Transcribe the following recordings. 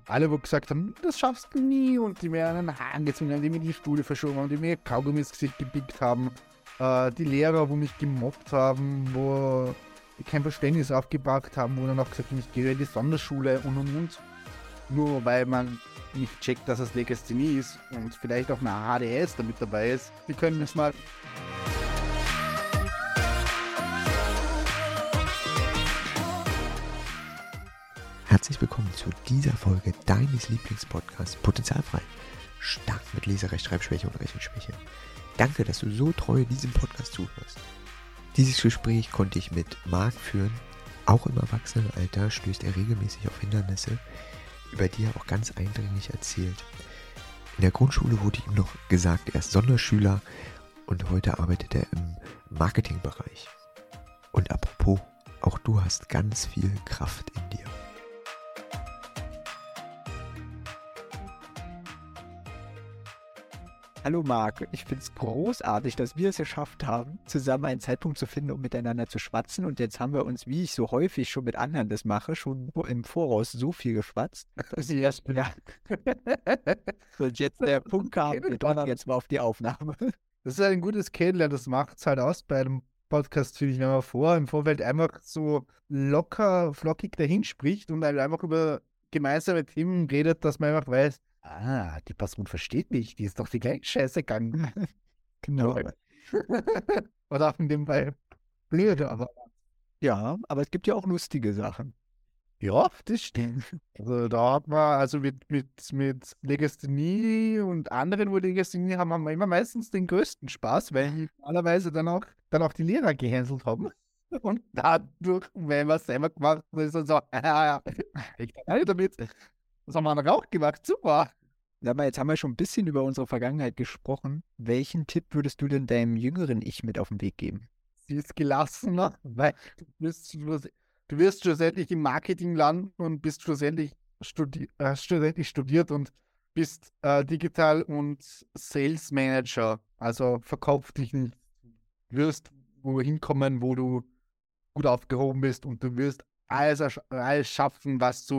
alle, wo gesagt haben, das schaffst du nie und die mir einen Hahn gezogen haben, die mir die Schule verschoben haben, die mir Kaugummi ins Gesicht gepickt haben, die Lehrer, wo mich gemobbt haben, wo die kein Verständnis aufgebracht haben, wo dann auch gesagt haben, ich gehe in die Sonderschule und. Nur weil man nicht checkt, dass es Legasthenie ist und vielleicht auch eine HDS damit dabei ist. Wir können es mal. Herzlich willkommen zu dieser Folge deines Lieblingspodcasts Potenzialfrei. Stark mit Leserecht, Schreibschwäche und Rechenschwäche. Danke, dass du so treu diesem Podcast zuhörst. Dieses Gespräch konnte ich mit Marc führen. Auch im Erwachsenenalter stößt er regelmäßig auf Hindernisse, über die er auch ganz eindringlich erzählt. In der Grundschule wurde ihm noch gesagt, er ist Sonderschüler und heute arbeitet er im Marketingbereich. Und apropos, auch du hast ganz viel Kraft in dir. Hallo Marc, ich finde es großartig, dass wir es geschafft haben, zusammen einen Zeitpunkt zu finden, um miteinander zu schwatzen. Und jetzt haben wir uns, wie ich so häufig schon mit anderen das mache, schon im Voraus so viel geschwatzt. Ja. Und jetzt der Punkt kam, wir drücken jetzt mal auf die Aufnahme. Das ist ein gutes Kennenlernen, das macht es halt aus bei einem Podcast, finde ich, wenn man im Vorfeld einfach so locker, flockig dahin spricht und halt einfach über gemeinsame Themen redet, dass man einfach weiß, die Person versteht mich, die ist doch die gleiche Scheiße gegangen. Genau. Oder auch in dem Fall blöde, aber. Ja, aber es gibt ja auch lustige Sachen. Ja, das stimmt. Also da hat man, also mit Legasthenie und anderen, wo Legasthenie haben, haben wir immer meistens den größten Spaß, weil normalerweise dann auch die Lehrer gehänselt haben. Und dadurch, wenn wir es selber gemacht haben, ist dann so, ich kann nicht damit. Was haben wir dann auch gemacht? Super. Sag mal, jetzt haben wir schon ein bisschen über unsere Vergangenheit gesprochen. Welchen Tipp würdest du denn deinem jüngeren Ich mit auf den Weg geben? Sie ist gelassener, weil du wirst schlussendlich im Marketing landen und bist schlussendlich studiert und bist Digital- und Sales Manager. Also verkauf dich nicht. Du wirst wohin kommen, wo du gut aufgehoben bist und du wirst alles schaffen, was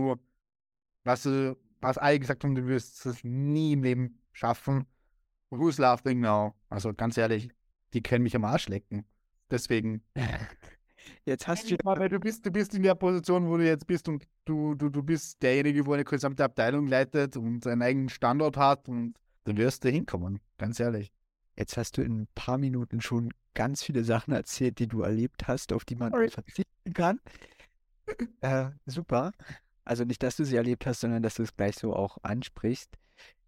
alle gesagt haben, du wirst es nie im Leben schaffen. Who's laughing now? Also ganz ehrlich, die können mich am Arsch lecken. Deswegen. Jetzt hast du. Weil du bist in der Position, wo du jetzt bist und du bist derjenige, wo eine gesamte Abteilung leitet und einen eigenen Standort hat und dann wirst du hinkommen, ganz ehrlich. Jetzt hast du in ein paar Minuten schon ganz viele Sachen erzählt, die du erlebt hast, auf die man verzichten kann. Super. Also nicht, dass du sie erlebt hast, sondern dass du es gleich so auch ansprichst.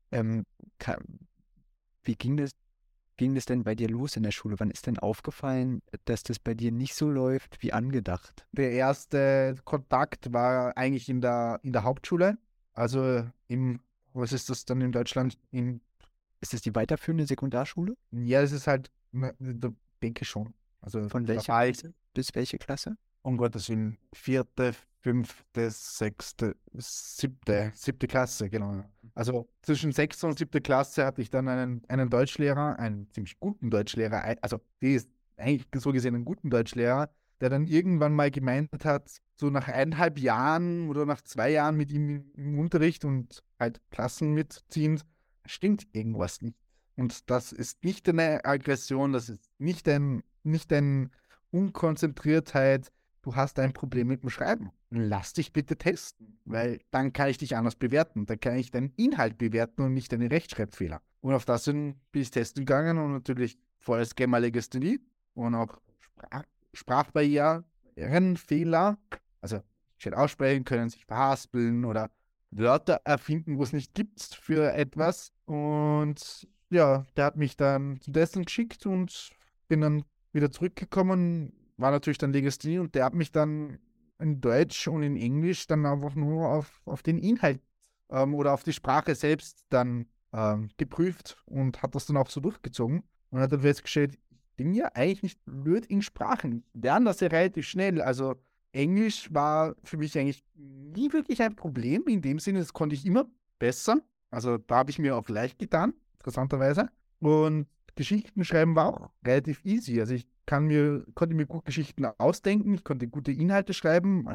Wie ging das denn bei dir los in der Schule? Wann ist denn aufgefallen, dass das bei dir nicht so läuft wie angedacht? Der erste Kontakt war eigentlich in der Hauptschule. Also was ist das dann in Deutschland? Ist das die weiterführende Sekundarschule? Ja, das ist halt, da denke ich schon. Also Von welcher Klasse bis welche Klasse? Um Gottes Willen, 4., 5., 6., 7. Klasse, genau. Also zwischen 6. und 7. Klasse hatte ich dann einen Deutschlehrer, einen ziemlich guten Deutschlehrer, also die ist eigentlich so gesehen einen guten Deutschlehrer, der dann irgendwann mal gemeint hat, so nach 1,5 Jahren oder nach 2 Jahren mit ihm im Unterricht und halt Klassen mitziehend, stimmt irgendwas nicht. Und das ist nicht eine Aggression, das ist nicht ein Unkonzentriertheit, du hast ein Problem mit dem Schreiben. Lass dich bitte testen, weil dann kann ich dich anders bewerten. Dann kann ich deinen Inhalt bewerten und nicht deine Rechtschreibfehler. Und auf das bin ich testen gegangen und natürlich volles Gamma Legasthenie und auch Sprachbarrieren, Fehler. Also schön aussprechen können, sich verhaspeln oder Wörter erfinden, wo es nicht gibt für etwas. Und ja, der hat mich dann zum Testen geschickt und bin dann wieder zurückgekommen, war natürlich dann Legasthenie und der hat mich dann in Deutsch und in Englisch dann einfach nur auf den Inhalt oder auf die Sprache selbst dann geprüft und hat das dann auch so durchgezogen und hat dann festgestellt, ich bin ja eigentlich nicht blöd in Sprachen. Ich lerne das ja relativ schnell. Also Englisch war für mich eigentlich nie wirklich ein Problem. In dem Sinne, das konnte ich immer besser. Also da habe ich mir auch leicht getan, interessanterweise. Und Geschichten schreiben war auch relativ easy. Also ich konnte mir gut Geschichten ausdenken, ich konnte gute Inhalte schreiben, halt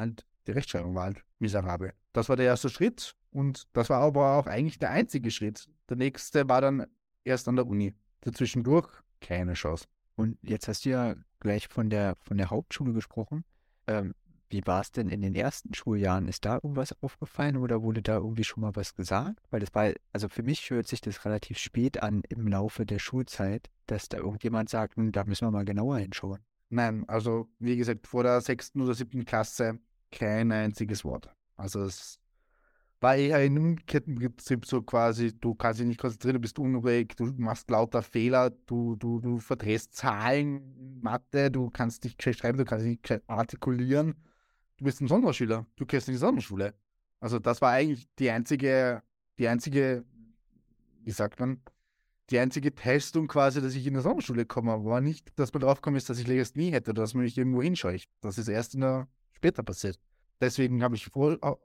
Die Rechtschreibung war halt miserabel. Das war der erste Schritt und das war aber auch eigentlich der einzige Schritt. Der nächste war dann erst an der Uni. Dazwischendurch keine Chance. Und jetzt hast du ja gleich von der Hauptschule gesprochen. Ähm, Wie war es denn in den ersten Schuljahren? Ist da irgendwas aufgefallen oder wurde da irgendwie schon mal was gesagt? Weil das war, also für mich hört sich das relativ spät an im Laufe der Schulzeit, dass da irgendjemand sagt, da müssen wir mal genauer hinschauen. Nein, also wie gesagt, vor der 6. oder 7. Klasse kein einziges Wort. Also es war eher in umgekehrtem Prinzip so quasi, du kannst dich nicht konzentrieren, du bist unruhig, du machst lauter Fehler, du verdrehst Zahlen in Mathe, du kannst nicht gescheit schreiben, du kannst nicht gescheit artikulieren. Du bist ein Sonderschüler, du gehst in die Sonderschule. Also das war eigentlich die einzige, wie sagt man, die einzige Testung quasi, dass ich in der Sonderschule komme, war nicht, dass man drauf gekommen ist, dass ich Legasthenie hätte oder dass man mich irgendwo hinscheucht. Das ist erst später passiert. Deswegen habe ich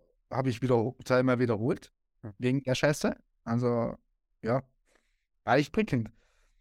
zweimal wiederholt, wegen der Scheiße. Also, ja, war echt prickelnd.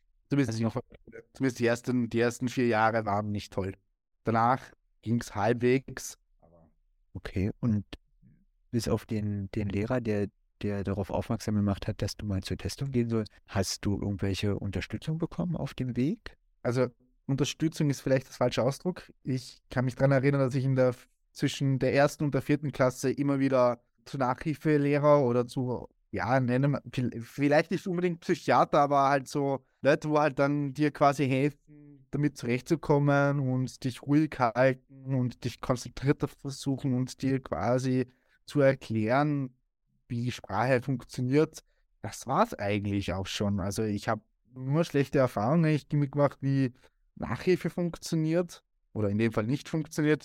Zumindest die ersten 4 Jahre waren nicht toll. Danach ging es halbwegs. Okay, und bis auf den Lehrer, der darauf aufmerksam gemacht hat, dass du mal zur Testung gehen sollst, hast du irgendwelche Unterstützung bekommen auf dem Weg? Also, Unterstützung ist vielleicht das falsche Ausdruck. Ich kann mich daran erinnern, dass ich zwischen der 1. und der 4. Klasse immer wieder zu Nachhilfelehrer oder zu, ja, vielleicht nicht unbedingt Psychiater, aber halt so Leute, wo halt dann dir quasi helfen, damit zurechtzukommen und dich ruhig halten und dich konzentrierter versuchen und dir quasi zu erklären, wie die Sprache funktioniert. Das war es eigentlich auch schon. Also ich habe nur schlechte Erfahrungen eigentlich gemacht, wie Nachhilfe funktioniert oder in dem Fall nicht funktioniert,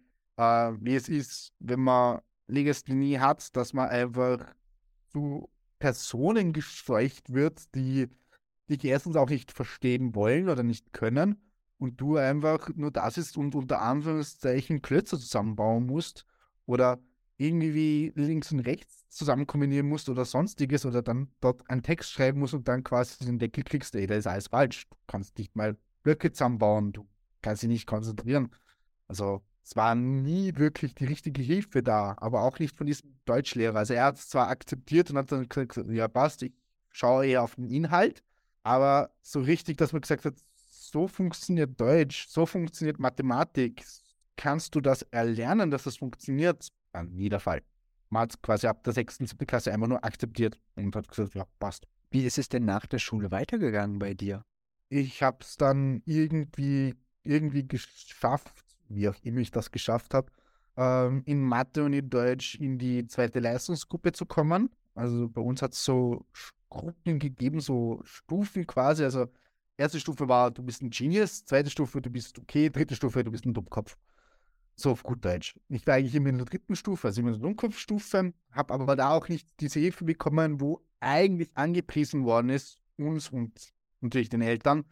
wie es ist, wenn man Legasthenie hat, dass man einfach zu Personen gescheucht wird, die dich erstens auch nicht verstehen wollen oder nicht können und du einfach nur das ist und unter Anführungszeichen Klötze zusammenbauen musst oder irgendwie links und rechts zusammen kombinieren musst oder sonstiges oder dann dort einen Text schreiben musst und dann quasi den Deckel kriegst, ey, da ist alles falsch. Du kannst nicht mal Blöcke zusammenbauen, du kannst dich nicht konzentrieren. Also es war nie wirklich die richtige Hilfe da, aber auch nicht von diesem Deutschlehrer. Also er hat es zwar akzeptiert und hat dann gesagt, ja passt, ich schaue eher auf den Inhalt, aber so richtig, dass man gesagt hat, so funktioniert Deutsch, so funktioniert Mathematik, kannst du das erlernen, dass das funktioniert? War nie der Fall. Man hat es quasi ab der 6. und 7. Klasse einfach nur akzeptiert und hat gesagt, ja passt. Wie ist es denn nach der Schule weitergegangen bei dir? Ich habe es dann irgendwie geschafft, wie auch immer ich das geschafft habe, in Mathe und in Deutsch in die 2. Leistungsgruppe zu kommen. Also bei uns hat es so Gruppen gegeben, so Stufen quasi. Also erste Stufe war, du bist ein Genius, zweite Stufe, du bist okay, dritte Stufe, du bist ein Dummkopf. So auf gut Deutsch. Ich war eigentlich immer in der 3. Stufe, also immer in der Dummkopfstufe, habe aber da auch nicht diese Hilfe bekommen, wo eigentlich angepriesen worden ist, uns und natürlich den Eltern.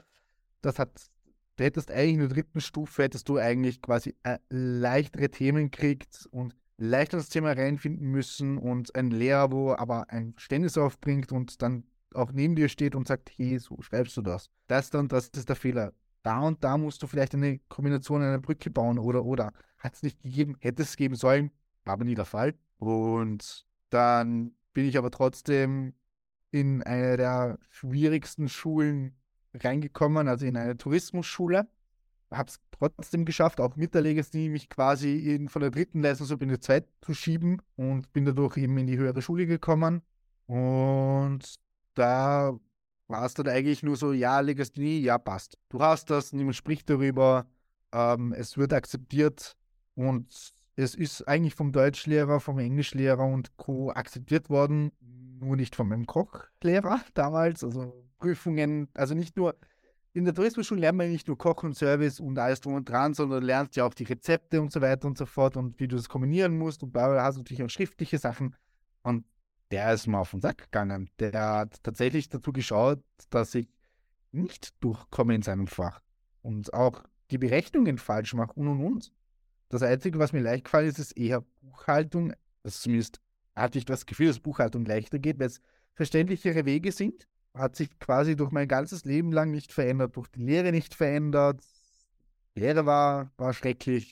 Du hättest eigentlich in der 3. Stufe, hättest du eigentlich quasi leichtere Themen gekriegt und leichter ins Thema reinfinden müssen und ein Lehrer, wo aber ein Verständnis aufbringt und dann auch neben dir steht und sagt, hey, so schreibst du das. Das ist der Fehler. Da und da musst du vielleicht eine Kombination einer Brücke bauen oder. Hat es nicht gegeben, hätte es geben sollen, war aber nie der Fall. Und dann bin ich aber trotzdem in eine der schwierigsten Schulen reingekommen, also in eine Tourismusschule. Habe es trotzdem geschafft, auch mit der Legasthenie mich quasi von der 3. Leistungsgruppe in die 2. zu schieben und bin dadurch eben in die höhere Schule gekommen. Und da war es dann eigentlich nur so, ja, Legasthenie, ja, passt. Du hast das, niemand spricht darüber, es wird akzeptiert und es ist eigentlich vom Deutschlehrer, vom Englischlehrer und Co. akzeptiert worden, nur nicht von meinem Kochlehrer damals. Also Prüfungen, also nicht nur, in der Tourismusschule lernt man nicht nur Koch und Service und alles drum und dran, sondern lernst ja auch die Rezepte und so weiter und so fort und wie du das kombinieren musst und bla bla, hast natürlich auch schriftliche Sachen. Und der ist mal auf den Sack gegangen. Der hat tatsächlich dazu geschaut, dass ich nicht durchkomme in seinem Fach und auch die Berechnungen falsch mache und. Das Einzige, was mir leicht gefallen ist, ist eher Buchhaltung. Also zumindest hatte ich das Gefühl, dass Buchhaltung leichter geht, weil es verständlichere Wege sind. Hat sich quasi durch mein ganzes Leben lang nicht verändert, durch die Lehre nicht verändert. Die Lehre war schrecklich.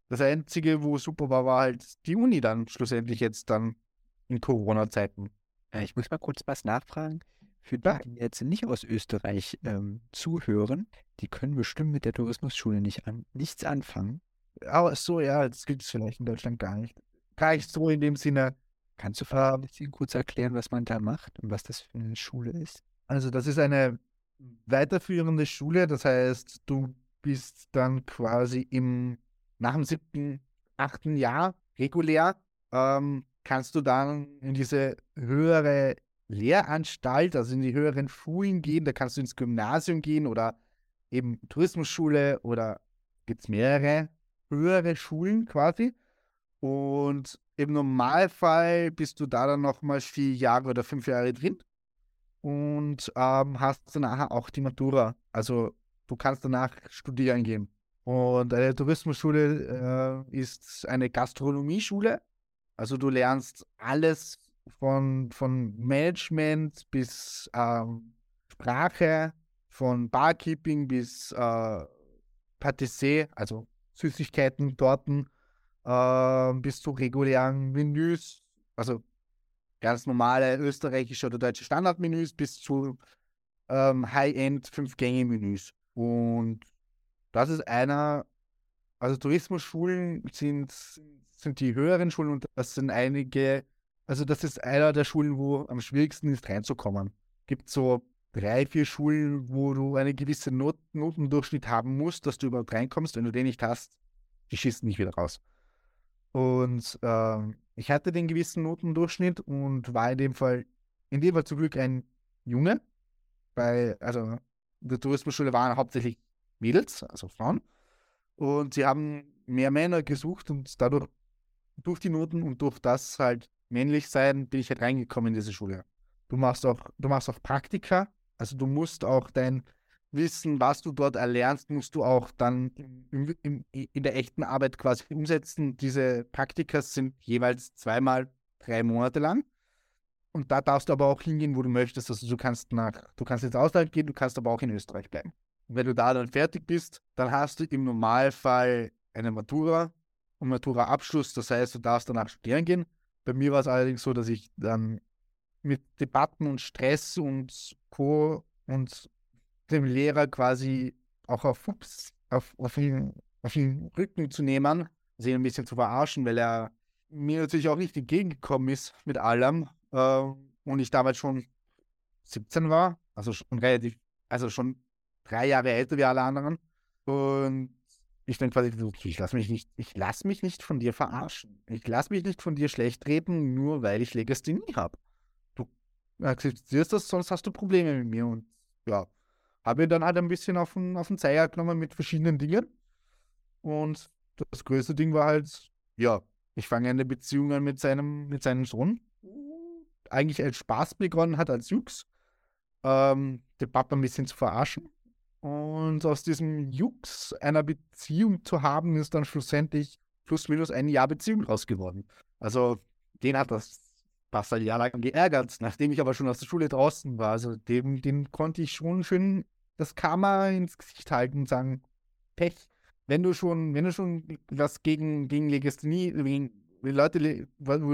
Das Einzige, wo super war, war halt die Uni dann schlussendlich jetzt dann in Corona-Zeiten. Ich muss mal kurz was nachfragen. Für die, Ja, die jetzt nicht aus Österreich zuhören, die können bestimmt mit der Tourismusschule nichts anfangen. aber so, ja, das gibt es vielleicht in Deutschland gar nicht. Gar nicht so in dem Sinne. Kannst du vielleicht ein Ähm, bisschen kurz erklären, was man da macht und was das für eine Schule ist? also das ist eine weiterführende Schule, das heißt, du bist dann quasi nach dem 7., 8. Jahr regulär, kannst du dann in diese höhere Lehranstalt, also in die höheren Schulen gehen, da kannst du ins Gymnasium gehen oder eben Tourismusschule oder gibt es mehrere höhere Schulen quasi. Und im Normalfall bist du da dann nochmal 4 Jahre oder 5 Jahre drin und hast dann nachher auch die Matura. Also du kannst danach studieren gehen. Und eine Tourismusschule ist eine Gastronomieschule. Also du lernst alles von Management bis Sprache, von Barkeeping bis Patissier, also Süßigkeiten, Torten, bis zu regulären Menüs, also ganz normale österreichische oder deutsche Standardmenüs bis zu High-End 5-Gänge-Menüs. Und das ist also Tourismusschulen sind die höheren Schulen und das sind einige, also das ist einer der Schulen, wo am schwierigsten ist reinzukommen. Gibt so 3, 4 Schulen, wo du eine gewisse Notendurchschnitt haben musst, dass du überhaupt reinkommst. Wenn du den nicht hast, die schießen nicht wieder raus. Und ich hatte den gewissen Notendurchschnitt und war in dem Fall zum Glück ein Junge, also in der Tourismusschule waren hauptsächlich Mädels, also Frauen. Und sie haben mehr Männer gesucht und dadurch, durch die Noten und durch das halt männlich sein, bin ich halt reingekommen in diese Schule. Du machst auch Praktika, also du musst auch dein Wissen, was du dort erlernst, musst du auch dann in der echten Arbeit quasi umsetzen. Diese Praktika sind jeweils 2-mal 3 Monate lang. Und da darfst du aber auch hingehen, wo du möchtest. Also du kannst ins Ausland gehen, du kannst aber auch in Österreich bleiben. Und wenn du da dann fertig bist, dann hast du im Normalfall eine Matura und Matura-Abschluss. Das heißt, du darfst danach studieren gehen. Bei mir war es allerdings so, dass ich dann mit Debatten und Stress und Co. und dem Lehrer quasi auch auf den Rücken zu nehmen, sie ein bisschen zu verarschen, weil er mir natürlich auch nicht entgegengekommen ist mit allem. Und ich damals schon 17 war, also schon 3 Jahre älter wie alle anderen. Und ich dann quasi so, okay, ich lass mich nicht von dir verarschen. Ich lass mich nicht von dir schlecht reden, nur weil ich Legasthenie habe. Du akzeptierst das, sonst hast du Probleme mit mir. Und ja, habe ihn dann halt ein bisschen auf den Zeiger genommen mit verschiedenen Dingen. Und das größte Ding war halt, ja, ich fange eine Beziehung an mit seinem Sohn. Eigentlich als Spaß begonnen hat, als Jux. Den Papa ein bisschen zu verarschen. Und aus diesem Jux einer Beziehung zu haben, ist dann schlussendlich plus minus ein Jahr Beziehung raus geworden. Also den hat das fast ein Jahr lang geärgert, nachdem ich aber schon aus der Schule draußen war. Also den konnte ich schon schön das Karma ins Gesicht halten und sagen, Pech. Wenn du schon was gegen Legasthenie, gegen Leute, wo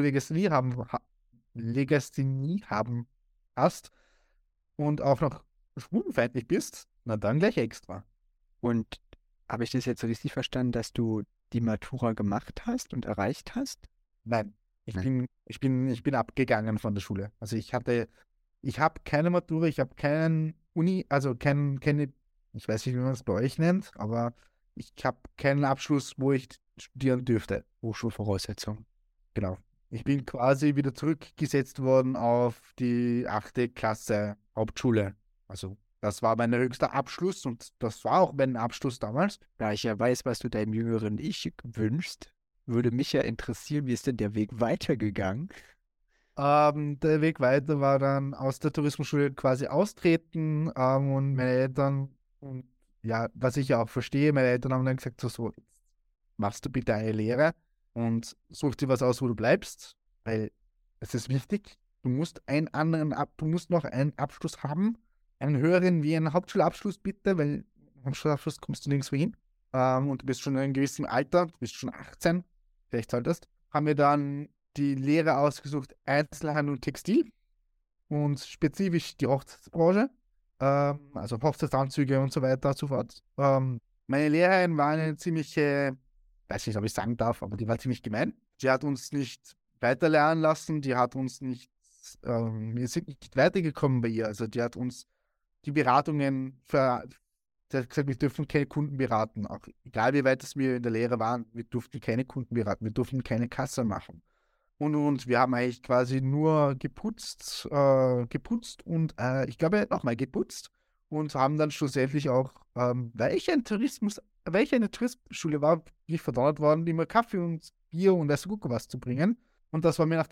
Legasthenie haben hast und auch noch schwulenfeindlich bist, na dann gleich extra. Und habe ich das jetzt richtig verstanden, dass du die Matura gemacht hast und erreicht hast? Nein, ich Nein. bin abgegangen von der Schule. Also ich habe keine Matura, ich habe keine Uni, also keine, ich weiß nicht, wie man es bei euch nennt, aber ich habe keinen Abschluss, wo ich studieren dürfte. Hochschulvoraussetzung. Genau. Ich bin quasi wieder zurückgesetzt worden auf die 8. Klasse Hauptschule. Also das war mein höchster Abschluss und das war auch mein Abschluss damals. Da ich ja weiß, was du deinem jüngeren Ich wünschst, würde mich ja interessieren, wie ist denn der Weg weitergegangen? Der Weg weiter war dann aus der Tourismusschule quasi austreten und meine Eltern, und ja, was ich ja auch verstehe, meine Eltern haben dann gesagt, so jetzt machst du bitte eine Lehre und such dir was aus, wo du bleibst, weil es ist wichtig, du musst noch einen Abschluss haben, einen höheren wie einen Hauptschulabschluss bitte, weil mit einem Hauptschulabschluss kommst du nirgendwo hin. und du bist schon in einem gewissen Alter, du bist schon 18, vielleicht solltest, haben wir dann die Lehre ausgesucht, Einzelhandel und Textil und spezifisch die Hochzeitsbranche, also Hochzeitsanzüge und so weiter und so fort. Meine Lehrerin war eine ziemliche, weiß nicht, ob ich sagen darf, aber die war ziemlich gemein. Die hat uns nicht weiterlernen lassen, die hat uns nicht, wir sind nicht weitergekommen bei ihr. Also die hat uns die Beratungen die hat gesagt, wir dürfen keine Kunden beraten. Auch egal wie weit es wir in der Lehre waren, wir durften keine Kunden beraten, wir durften keine Kasse machen. Und wir haben eigentlich quasi nur geputzt und ich glaube nochmal geputzt und haben dann schlussendlich auch, weil ich eine Tourismusschule war, bin ich verdonnert worden, immer Kaffee und Bier und weiß Gucke was zu bringen. Und das war mir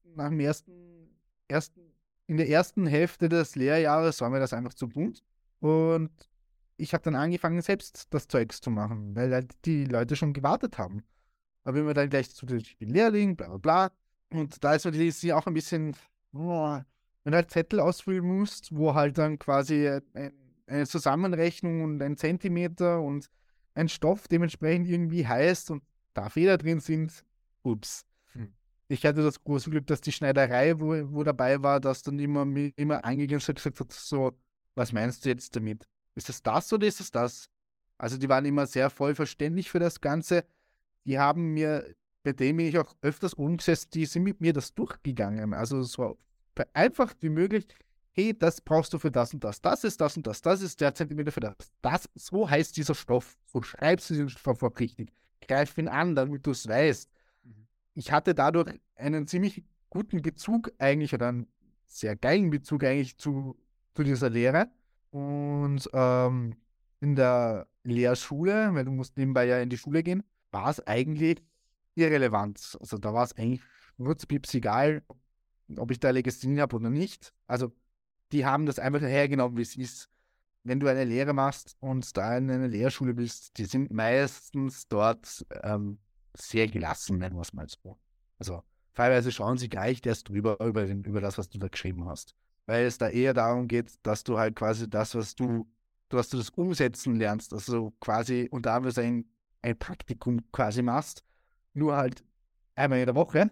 in der ersten Hälfte des Lehrjahres war mir das einfach zu bunt. Und ich habe dann angefangen, selbst das Zeugs zu machen, weil halt die Leute schon gewartet haben. Aber immer dann gleich zu dem Lehrling, bla bla bla. Und da ist natürlich auch ein bisschen, wenn du halt Zettel ausfüllen musst, wo halt dann quasi eine Zusammenrechnung und ein Zentimeter und ein Stoff dementsprechend irgendwie heißt und da Fehler drin sind, ups. Ich hatte das große Glück, dass die Schneiderei, wo dabei war, dass dann immer eingegangen ist und gesagt hat, so, was meinst du jetzt damit? Ist es das oder ist es das? Also die waren immer sehr voll verständlich für das Ganze. Die haben mir, bei denen bin ich auch öfters umgesetzt, die sind mit mir das durchgegangen. Also so einfach wie möglich, hey, das brauchst du für das und das. Das ist das und das. Das ist der Zentimeter für das. So heißt dieser Stoff. So schreibst du den Stoff auch richtig. Greif ihn an, damit du es weißt. Ich hatte dadurch einen ziemlich guten Bezug eigentlich oder einen sehr geilen Bezug eigentlich zu dieser Lehre. Und in der Lehrschule, weil du musst nebenbei ja in die Schule gehen, war es eigentlich irrelevant. Also da war es eigentlich wurzpips egal, ob ich da Legasthenie habe oder nicht. Also die haben das einfach hergenommen, wie es ist. Wenn du eine Lehre machst und da in einer Lehrschule bist, die sind meistens dort sehr gelassen, nennen wir es mal so. Also teilweise schauen sie gleich erst drüber über das, was du da geschrieben hast. Weil es da eher darum geht, dass du halt quasi das, dass du das umsetzen lernst, also quasi unter anderem ein Praktikum quasi machst, nur halt einmal in der Woche.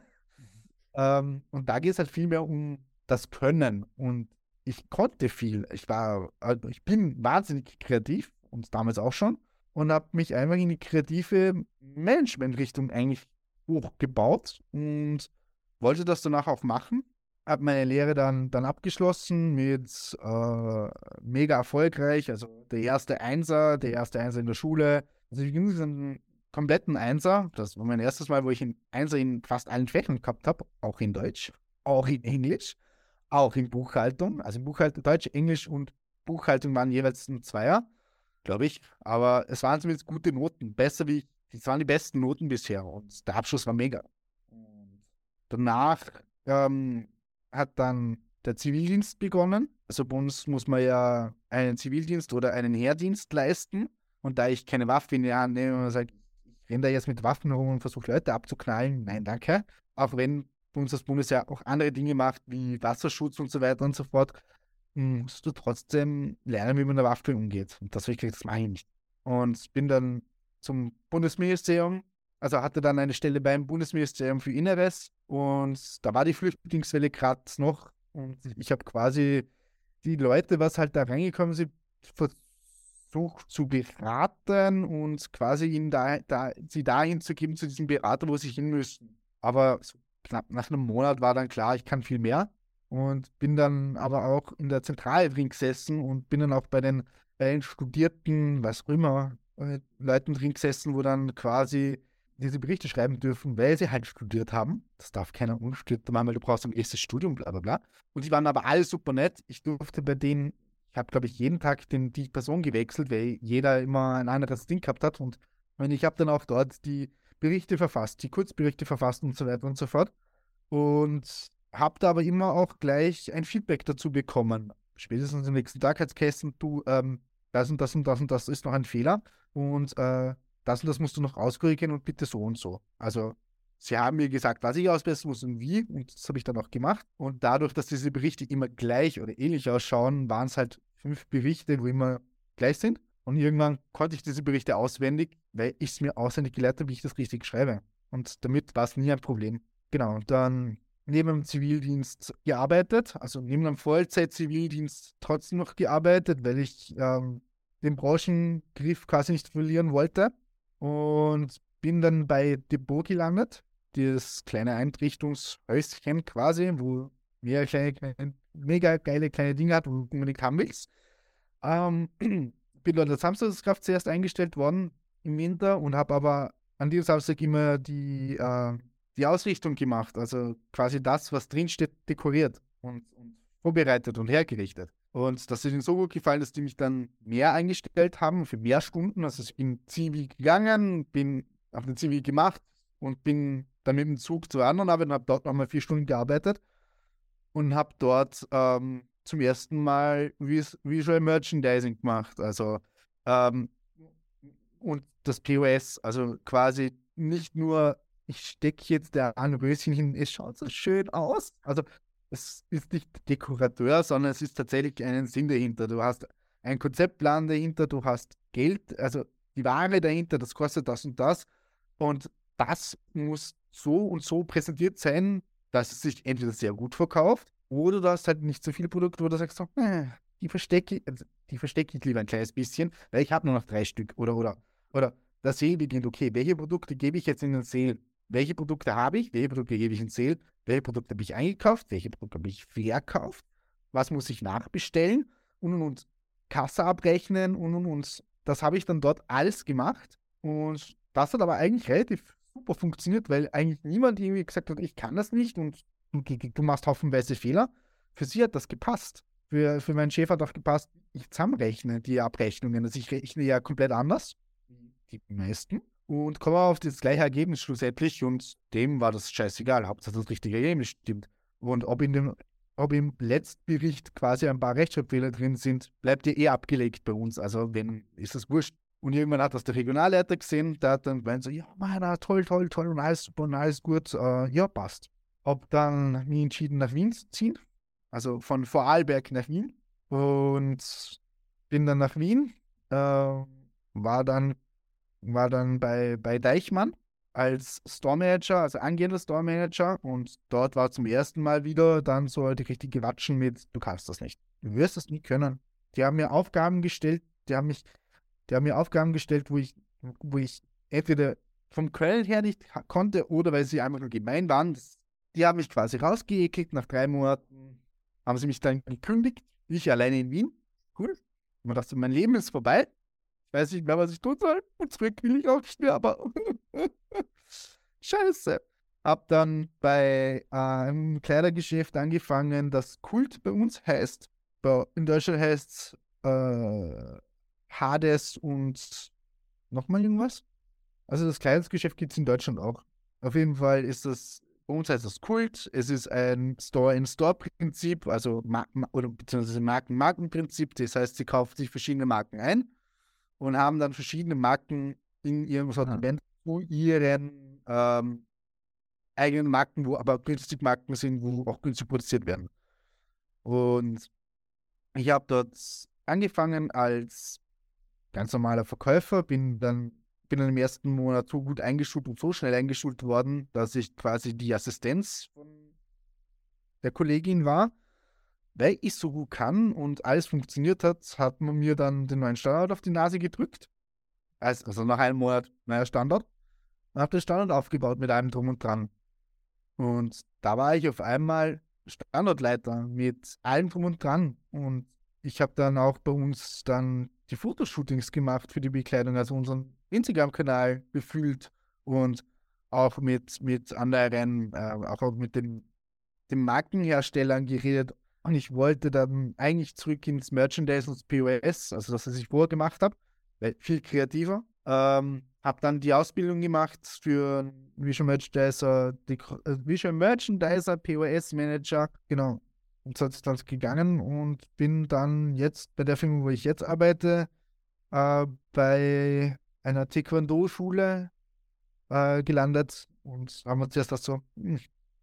Und da geht es halt viel mehr um das Können und ich konnte viel. Ich bin wahnsinnig kreativ und damals auch schon und habe mich einfach in die kreative Management-Richtung eigentlich hochgebaut und wollte das danach auch machen. Habe meine Lehre dann abgeschlossen mit mega erfolgreich, also der erste Einser in der Schule. Also ich bin einen kompletten Einser. Das war mein erstes Mal, wo ich einen Einser in fast allen Fächern gehabt habe, auch in Deutsch, auch in Englisch, auch in Buchhaltung. Also in Buchhaltung, Deutsch, Englisch und Buchhaltung waren jeweils ein Zweier, glaube ich. Aber es waren zumindest gute Noten. Es waren die besten Noten bisher und der Abschluss war mega. Und danach hat dann der Zivildienst begonnen. Also bei uns muss man ja einen Zivildienst oder einen Heerdienst leisten. Und da ich keine Waffe in die Hand nehme und sage, ich renne da jetzt mit Waffen rum und versuche Leute abzuknallen, nein, danke. Auch wenn bei uns das Bundesheer auch andere Dinge macht, wie Wasserschutz und so weiter und so fort, musst du trotzdem lernen, wie man mit einer Waffe umgeht. Und das habe ich gesagt, das mache ich nicht. Und bin dann zum Bundesministerium, also hatte dann eine Stelle beim Bundesministerium für Inneres und da war die Flüchtlingswelle gerade noch und ich habe quasi die Leute, was halt da reingekommen sind, versucht zu beraten und quasi ihnen sie dahin zu geben, zu diesem Berater, wo sie hin müssen. Aber so knapp nach einem Monat war dann klar, ich kann viel mehr und bin dann aber auch in der Zentrale drin gesessen und bin dann auch bei den Studierten, was auch immer, Leuten drin gesessen, wo dann quasi diese Berichte schreiben dürfen, weil sie halt studiert haben. Das darf keiner unstudiert machen, weil du brauchst ein erstes Studium, bla bla bla. Und die waren aber alle super nett. Ich durfte bei denen, ich habe, glaube ich, jeden Tag die Person gewechselt, weil jeder immer ein anderes Ding gehabt hat. Und ich habe dann auch dort die Berichte verfasst, die Kurzberichte verfasst und so weiter und so fort. Und habe da aber immer auch gleich ein Feedback dazu bekommen. Spätestens am nächsten Tag als Kästen, du, das und das und das und das ist noch ein Fehler. Und das und das musst du noch auskorrigieren und bitte so und so. Also sie haben mir gesagt, was ich ausbessern muss und wie und das habe ich dann auch gemacht. Und dadurch, dass diese Berichte immer gleich oder ähnlich ausschauen, waren es halt 5 Berichte, wo immer gleich sind. Und irgendwann konnte ich diese Berichte auswendig, weil ich es mir auswendig gelernt habe, wie ich das richtig schreibe. Und damit war es nie ein Problem. Genau, und dann neben dem Zivildienst gearbeitet, also neben dem Vollzeit-Zivildienst trotzdem noch gearbeitet, weil ich den Branchengriff quasi nicht verlieren wollte. Und bin dann bei Depot gelandet, das kleine Einrichtungshäuschen quasi, wo mega geile kleine Dinge hat, wo du unbedingt haben willst. Bin dort als Samstagskraft zuerst eingestellt worden im Winter und habe aber an diesem Samstag immer die Ausrichtung gemacht. Also quasi das, was drinsteht, dekoriert und vorbereitet und hergerichtet. Und das ist ihnen so gut gefallen, dass die mich dann mehr eingestellt haben für mehr Stunden. Also ich bin Zivi gegangen, habe den Zivi gemacht und bin dann mit dem Zug zur anderen Arbeit und habe dort nochmal 4 Stunden gearbeitet und habe dort zum ersten Mal Visual Merchandising gemacht. Also und das POS, also quasi nicht nur, ich stecke jetzt da ein Röschen hin, es schaut so schön aus. Also es ist nicht Dekorateur, sondern es ist tatsächlich einen Sinn dahinter. Du hast einen Konzeptplan dahinter, du hast Geld, also die Ware dahinter, das kostet das und das. Und das muss so und so präsentiert sein, dass es sich entweder sehr gut verkauft oder du hast halt nicht so viele Produkte, wo du sagst, so, die verstecke ich lieber ein kleines bisschen, weil ich habe nur noch 3 Stück. Oder der Sale beginnt, okay, welche Produkte gebe ich jetzt in den Sale? Welche Produkte habe ich? Welche Produkte gebe ich in den Sale? Welche Produkte habe ich eingekauft? Welche Produkte habe ich verkauft? Was muss ich nachbestellen? Und Kasse abrechnen und. Das habe ich dann dort alles gemacht. Und das hat aber eigentlich relativ super funktioniert, weil eigentlich niemand irgendwie gesagt hat, ich kann das nicht und du machst haufenweise Fehler. Für sie hat das gepasst. Für meinen Chef hat auch gepasst, ich zusammenrechne die Abrechnungen. Also ich rechne ja komplett anders, wie die meisten, und komme auf das gleiche Ergebnis schlussendlich und dem war das scheißegal. Hauptsache das richtige Ergebnis stimmt. Und ob im Letztbericht quasi ein paar Rechtschreibfehler drin sind, bleibt ja eh abgelegt bei uns. Also wenn, ist das wurscht. Und irgendwann hat das der Regionalleiter gesehen, der hat dann gemeint so, ja, Mann, toll und alles super und alles gut, ja, passt. Hab dann mich entschieden, nach Wien zu ziehen, also von Vorarlberg nach Wien und bin dann nach Wien, war dann bei Deichmann als Store Manager, also angehender Store Manager, und dort war zum ersten Mal wieder dann so die richtige Watschen mit, du kannst das nicht, du wirst das nie können. Die haben mir Aufgaben gestellt, wo ich entweder vom Können her nicht konnte oder weil sie einfach nur gemein waren. Die haben mich quasi rausgeekelt. Nach 3 Monaten haben sie mich dann gekündigt. Ich alleine in Wien. Cool. Man dachte, mein Leben ist vorbei. Ich weiß nicht mehr, was ich tun soll. Und zurück will ich auch nicht mehr, aber Scheiße. Hab dann bei einem Kleidergeschäft angefangen, das Kult bei uns heißt. In Deutschland heißt es Hades und nochmal irgendwas. Also das Kleidungsgeschäft gibt es in Deutschland auch. Auf jeden Fall ist das, bei uns heißt das Kult. Es ist ein Store-in-Store-Prinzip, also oder beziehungsweise Marken-Marken-Prinzip. Das heißt, sie kaufen sich verschiedene Marken ein und haben dann verschiedene Marken in ihrem Sortiment zu ihren eigenen Marken, wo aber günstig Marken sind, wo auch günstig produziert werden. Und ich habe dort angefangen als ganz normaler Verkäufer, bin dann im ersten Monat so gut eingeschult und so schnell eingeschult worden, dass ich quasi die Assistenz von der Kollegin war. Weil ich so gut kann und alles funktioniert hat, hat man mir dann den neuen Standard auf die Nase gedrückt. Also nach einem Monat neuer Standard. Und habe den Standard aufgebaut mit allem drum und dran. Und da war ich auf einmal Standortleiter mit allem drum und dran. Und ich habe dann auch bei uns dann die Fotoshootings gemacht für die Bekleidung, also unseren Instagram-Kanal befüllt und auch mit anderen, auch mit den Markenherstellern geredet. Und ich wollte dann eigentlich zurück ins Merchandise und POS, also das, was ich vorher gemacht habe, weil viel kreativer. Habe dann die Ausbildung gemacht für Visual Merchandiser, POS Manager, genau. Und so ist das gegangen und bin dann jetzt bei der Firma, wo ich jetzt arbeite, bei einer Taekwondo-Schule gelandet und haben wir zuerst das so,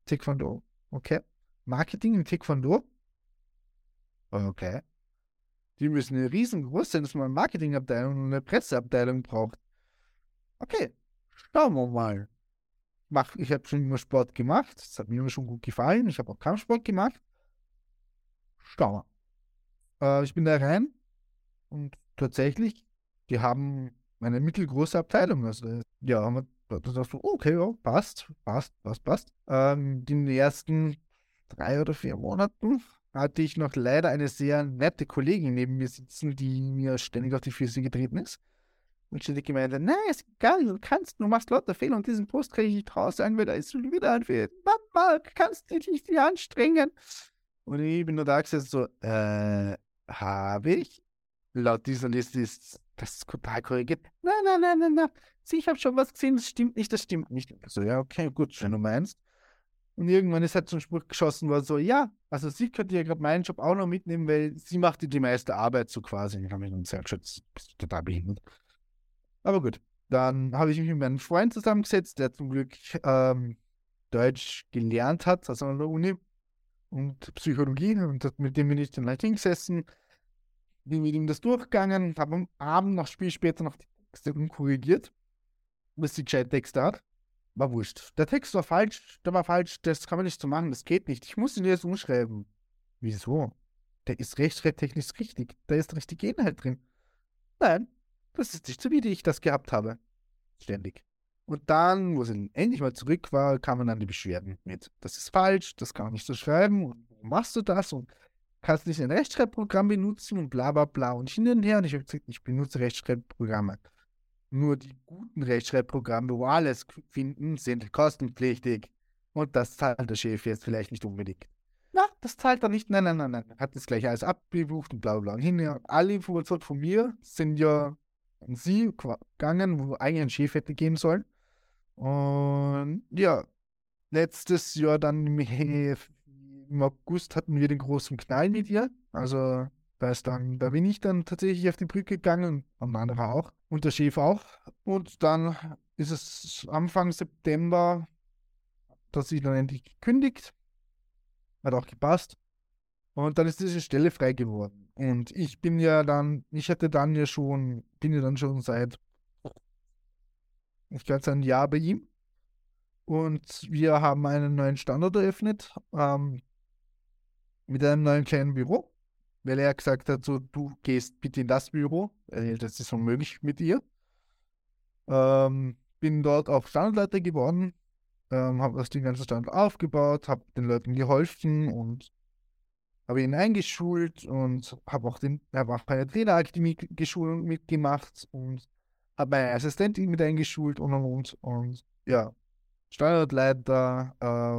Taekwondo, okay. Marketing im Taekwondo? Okay. Die müssen riesengroß sein, dass man eine Marketingabteilung und eine Presseabteilung braucht. Okay, schauen wir mal. Ich habe schon immer Sport gemacht, das hat mir immer schon gut gefallen. Ich habe auch Kampfsport gemacht. Schauen wir. Ich bin da rein und tatsächlich, die haben eine mittelgroße Abteilung. Also, ja, haben wir da dachte ich, okay, ja, passt. In den ersten 3 oder 4 Monaten hatte ich noch leider eine sehr nette Kollegin neben mir sitzen, die mir ständig auf die Füße getreten ist. Und ständig gemeint hat, nein, ist egal, du machst lauter Fehler und diesen Post kriege ich nicht raus, sagen wir, da ist schon wieder ein Fehler. Mama, kannst du dich nicht anstrengen? Und ich bin nur da gesessen so, habe ich? Laut dieser Liste ist das total korrigiert. Nein. Sieh, ich habe schon was gesehen, das stimmt nicht. So, ja, okay, gut, wenn du meinst. Und irgendwann ist halt so ein Spruch geschossen worden, so, ja, also sie könnte ja gerade meinen Job auch noch mitnehmen, weil sie macht die meiste Arbeit so quasi. Ich habe mich dann sehr geschätzt, bist du total behindert. Aber gut, dann habe ich mich mit meinem Freund zusammengesetzt, der zum Glück Deutsch gelernt hat, also an der Uni und Psychologie. Und mit dem bin ich dann halt hingesessen, bin mit ihm das durchgegangen, habe am Abend noch Spiel später noch die Texte korrigiert, bis die gescheit Texte hat. War wurscht. Der Text war falsch, das kann man nicht so machen, das geht nicht. Ich muss ihn jetzt umschreiben. Wieso? Der ist rechtschreibtechnisch richtig. Da ist der richtige Inhalt drin. Nein, das ist nicht so, wie ich das gehabt habe. Ständig. Und dann, wo sie endlich mal zurück war, kamen dann die Beschwerden mit, das ist falsch, das kann man nicht so schreiben und warum machst du das und kannst nicht ein Rechtschreibprogramm benutzen und bla bla bla und hin und her. Und ich habe gesagt, ich benutze Rechtschreibprogramme. Nur die guten Rechtschreibprogramme, wo alles finden, sind kostenpflichtig. Und das zahlt der Chef jetzt vielleicht nicht unbedingt. Na, das zahlt er nicht. Nein. Hat das gleich alles abgebucht und bla bla. Und hinterher, alle Informationen von mir sind ja an sie gegangen, wo eigentlich ein Chef hätte gehen sollen. Und ja, letztes Jahr dann im August hatten wir den großen Knall mit ihr. Also da bin ich dann tatsächlich auf die Brücke gegangen und andere auch und der Chef auch. Und dann ist es Anfang September, dass sie dann endlich gekündigt. Hat auch gepasst. Und dann ist diese Stelle frei geworden. Und bin ja dann schon seit, ich glaube, ein Jahr bei ihm. Und wir haben einen neuen Standort eröffnet, mit einem neuen kleinen Büro. Weil er gesagt hat, so, du gehst bitte in das Büro, weil das ist unmöglich mit ihr. Bin dort auch Standortleiter geworden, habe das den ganzen Standort aufgebaut, habe den Leuten geholfen und habe ihn eingeschult und habe auch bei der Trainerakademie Geschulung mitgemacht und habe meine Assistentin mit eingeschult und ja, Standortleiter,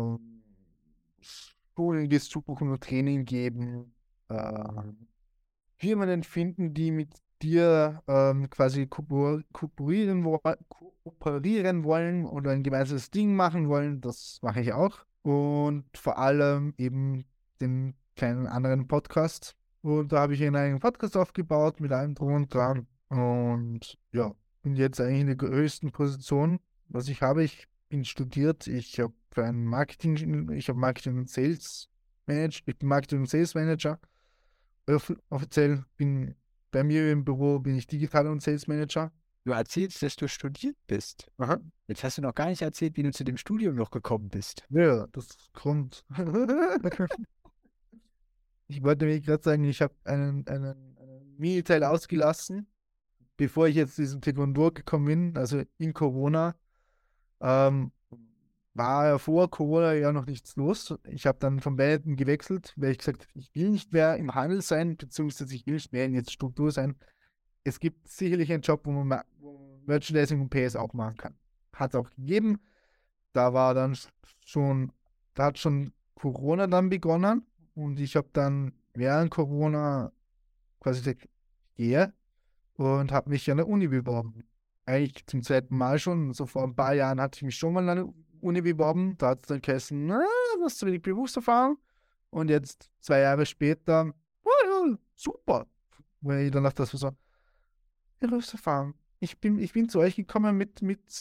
Schulen besuchen und Training geben, Firmen finden, die mit dir quasi kooperieren wollen oder ein gemeinsames Ding machen wollen. Das mache ich auch. Und vor allem eben den kleinen anderen Podcast. Und da habe ich einen eigenen Podcast aufgebaut mit allem drum und dran. Und ja, bin jetzt eigentlich in der höchsten Position, was ich habe. Ich bin studiert. Ich habe Marketing und Sales Manager. Ich bin Marketing und Sales Manager. Offiziell bei mir im Büro bin ich Digital- und Sales Manager. Du erzählst, dass du studiert bist. Aha. Jetzt hast du noch gar nicht erzählt, wie du zu dem Studium noch gekommen bist. Ja, das kommt. Ich wollte mir gerade sagen, ich habe einen Miniteil ausgelassen, bevor ich jetzt diesem Taekwondo gekommen bin, also in Corona. War ja vor Corona ja noch nichts los. Ich habe dann von beiden gewechselt, weil ich gesagt habe, ich will nicht mehr im Handel sein, beziehungsweise ich will nicht mehr in jetzt Struktur sein. Es gibt sicherlich einen Job, wo man Merchandising und PS auch machen kann. Hat es auch gegeben. Da hat schon Corona dann begonnen und ich habe dann während Corona quasi gesagt, ich gehe und habe mich an der Uni beworben. Eigentlich zum zweiten Mal schon. So vor ein paar Jahren hatte ich mich schon mal an der Uni beworben. Da hat es dann geheißen, du hast zu wenig Berufserfahrung. Und jetzt 2 Jahre später, oh ja, super. Weil ich dann dachte, das war so, Berufserfahrung. Ich bin zu euch gekommen mit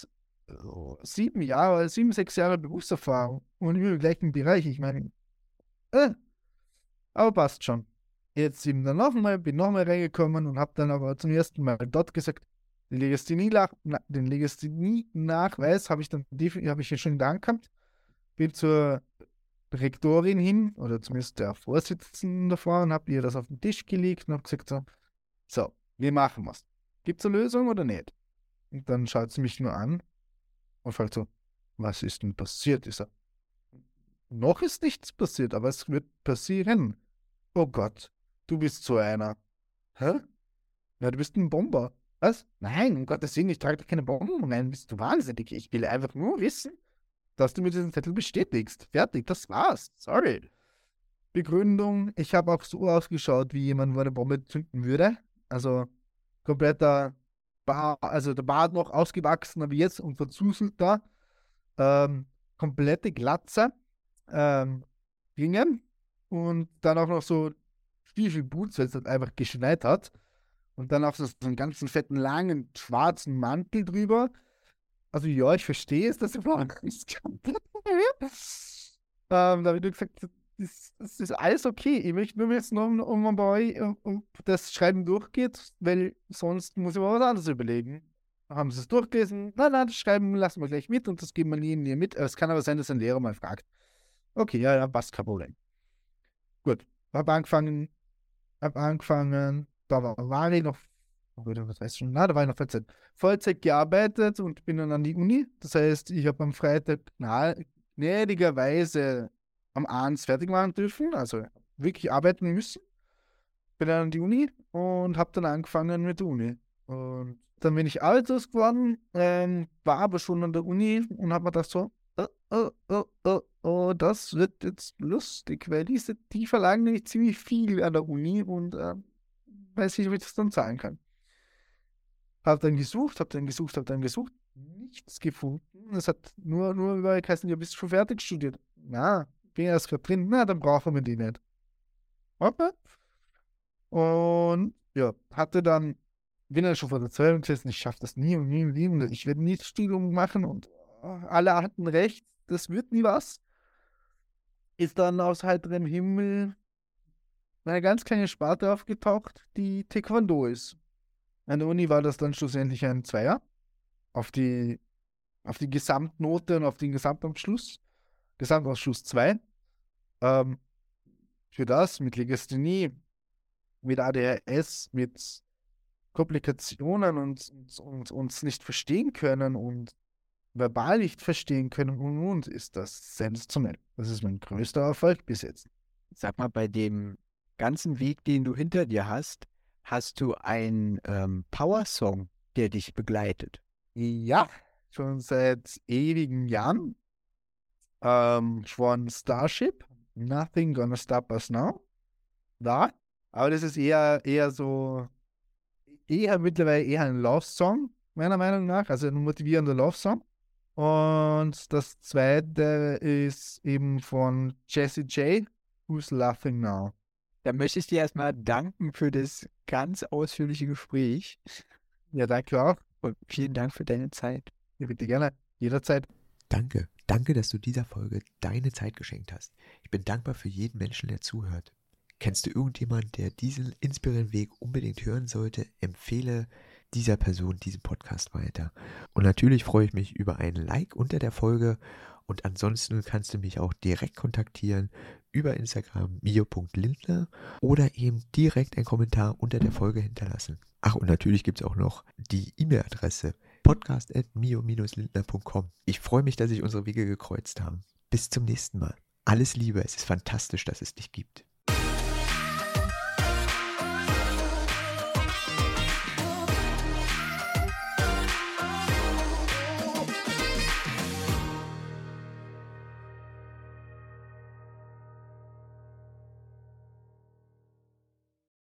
7, 6 Jahre Berufserfahrung. Und im gleichen Bereich, ich meine, aber passt schon. jetzt eben dann bin nochmal reingekommen und habe dann aber zum ersten Mal dort gesagt, den Legasthenie-Nachweis habe ich ja schon in der Hand gehabt. Bin zur Rektorin hin, oder zumindest der Vorsitzenden davor, und habe ihr das auf den Tisch gelegt und habe gesagt, so, wir machen was. Gibt es eine Lösung oder nicht? Und dann schaut sie mich nur an und fragt so, was ist denn passiert? Ich so, noch ist nichts passiert, aber es wird passieren. Oh Gott, du bist so einer. Hä? Ja, du bist ein Bomber. Was? Nein, um Gottes Willen, ich trage doch keine Bomben. Nein, bist du wahnsinnig. Ich will einfach nur wissen, dass du mir diesen Zettel bestätigst. Fertig, das war's. Sorry. Begründung, ich habe auch so ausgeschaut, wie jemand, wo eine Bombe zünden würde. Also kompletter also der Bart noch ausgewachsener wie jetzt und verzuselt da. Komplette Glatze. Ringe. Und dann auch noch so Stiefelboots, weil es halt einfach geschneit hat. Und dann auch so einen ganzen fetten, langen, schwarzen Mantel drüber. Also ja, ich verstehe es, dass der Plan ist komplett da habe ich nur gesagt, das ist alles okay. Ich möchte nur jetzt noch um bei euch, das Schreiben durchgeht, weil sonst muss ich mir was anderes überlegen. Haben sie es durchgelesen? Nein, das Schreiben lassen wir gleich mit und das geben wir nie mit. Es kann aber sein, dass ein Lehrer mal fragt. Okay, ja, passt, kein Problem. Gut, habe angefangen, da war ich noch, was weiß ich schon, da war ich noch Vollzeit gearbeitet und bin dann an die Uni. Das heißt, ich habe am Freitag gnädigerweise am Abend fertig machen dürfen, also wirklich arbeiten müssen. Bin dann an die Uni und habe dann angefangen mit der Uni. Und dann bin ich arbeitslos geworden, war aber schon an der Uni und habe mir gedacht so, das wird jetzt lustig, weil die verlangen nämlich ziemlich viel an der Uni und weiß nicht, ob ich das dann zahlen kann. Hab dann gesucht, nichts gefunden. Es hat nur über geheißen, ja, bist du schon fertig studiert? Na, bin erst gerade drin, na, dann brauchen wir die nicht. Okay. Und ja, bin dann schon vor der Zweifel gesessen, ich schaffe das nie und nie im Leben, ich werde nie das Studium machen und alle hatten recht, das wird nie was. Ist dann aus heiterem Himmel eine ganz kleine Sparte aufgetaucht, die Taekwondo ist. An der Uni war das dann schlussendlich ein Zweier auf die Gesamtnote und auf den Gesamtausschuss 2. Für das mit Legasthenie, mit ADHS, mit Komplikationen und uns nicht verstehen können und verbal nicht verstehen können und ist das sensationell. Das ist mein größter Erfolg bis jetzt. Sag mal, bei dem ganzen Weg, den du hinter dir hast du einen Power-Song, der dich begleitet? Ja, schon seit ewigen Jahren. Von Starship, Nothing Gonna Stop Us Now. Da. Aber das ist eher mittlerweile eher ein Love-Song, meiner Meinung nach. Also ein motivierender Love-Song. Und das zweite ist eben von Jessie J, Who's Laughing Now. Da möchte ich dir erstmal danken für das ganz ausführliche Gespräch. Ja, danke auch. Und vielen Dank für deine Zeit. Ja, bitte gerne. Jederzeit. Danke, dass du dieser Folge deine Zeit geschenkt hast. Ich bin dankbar für jeden Menschen, der zuhört. Kennst du irgendjemanden, der diesen inspirierenden Weg unbedingt hören sollte? Empfehle dieser Person diesen Podcast weiter. Und natürlich freue ich mich über ein Like unter der Folge. Und ansonsten kannst du mich auch direkt kontaktieren über Instagram mio.lindner oder eben direkt einen Kommentar unter der Folge hinterlassen. Ach, und natürlich gibt es auch noch die E-Mail-Adresse podcast@mio-lindner.com. Ich freue mich, dass sich unsere Wege gekreuzt haben. Bis zum nächsten Mal. Alles Liebe, es ist fantastisch, dass es dich gibt.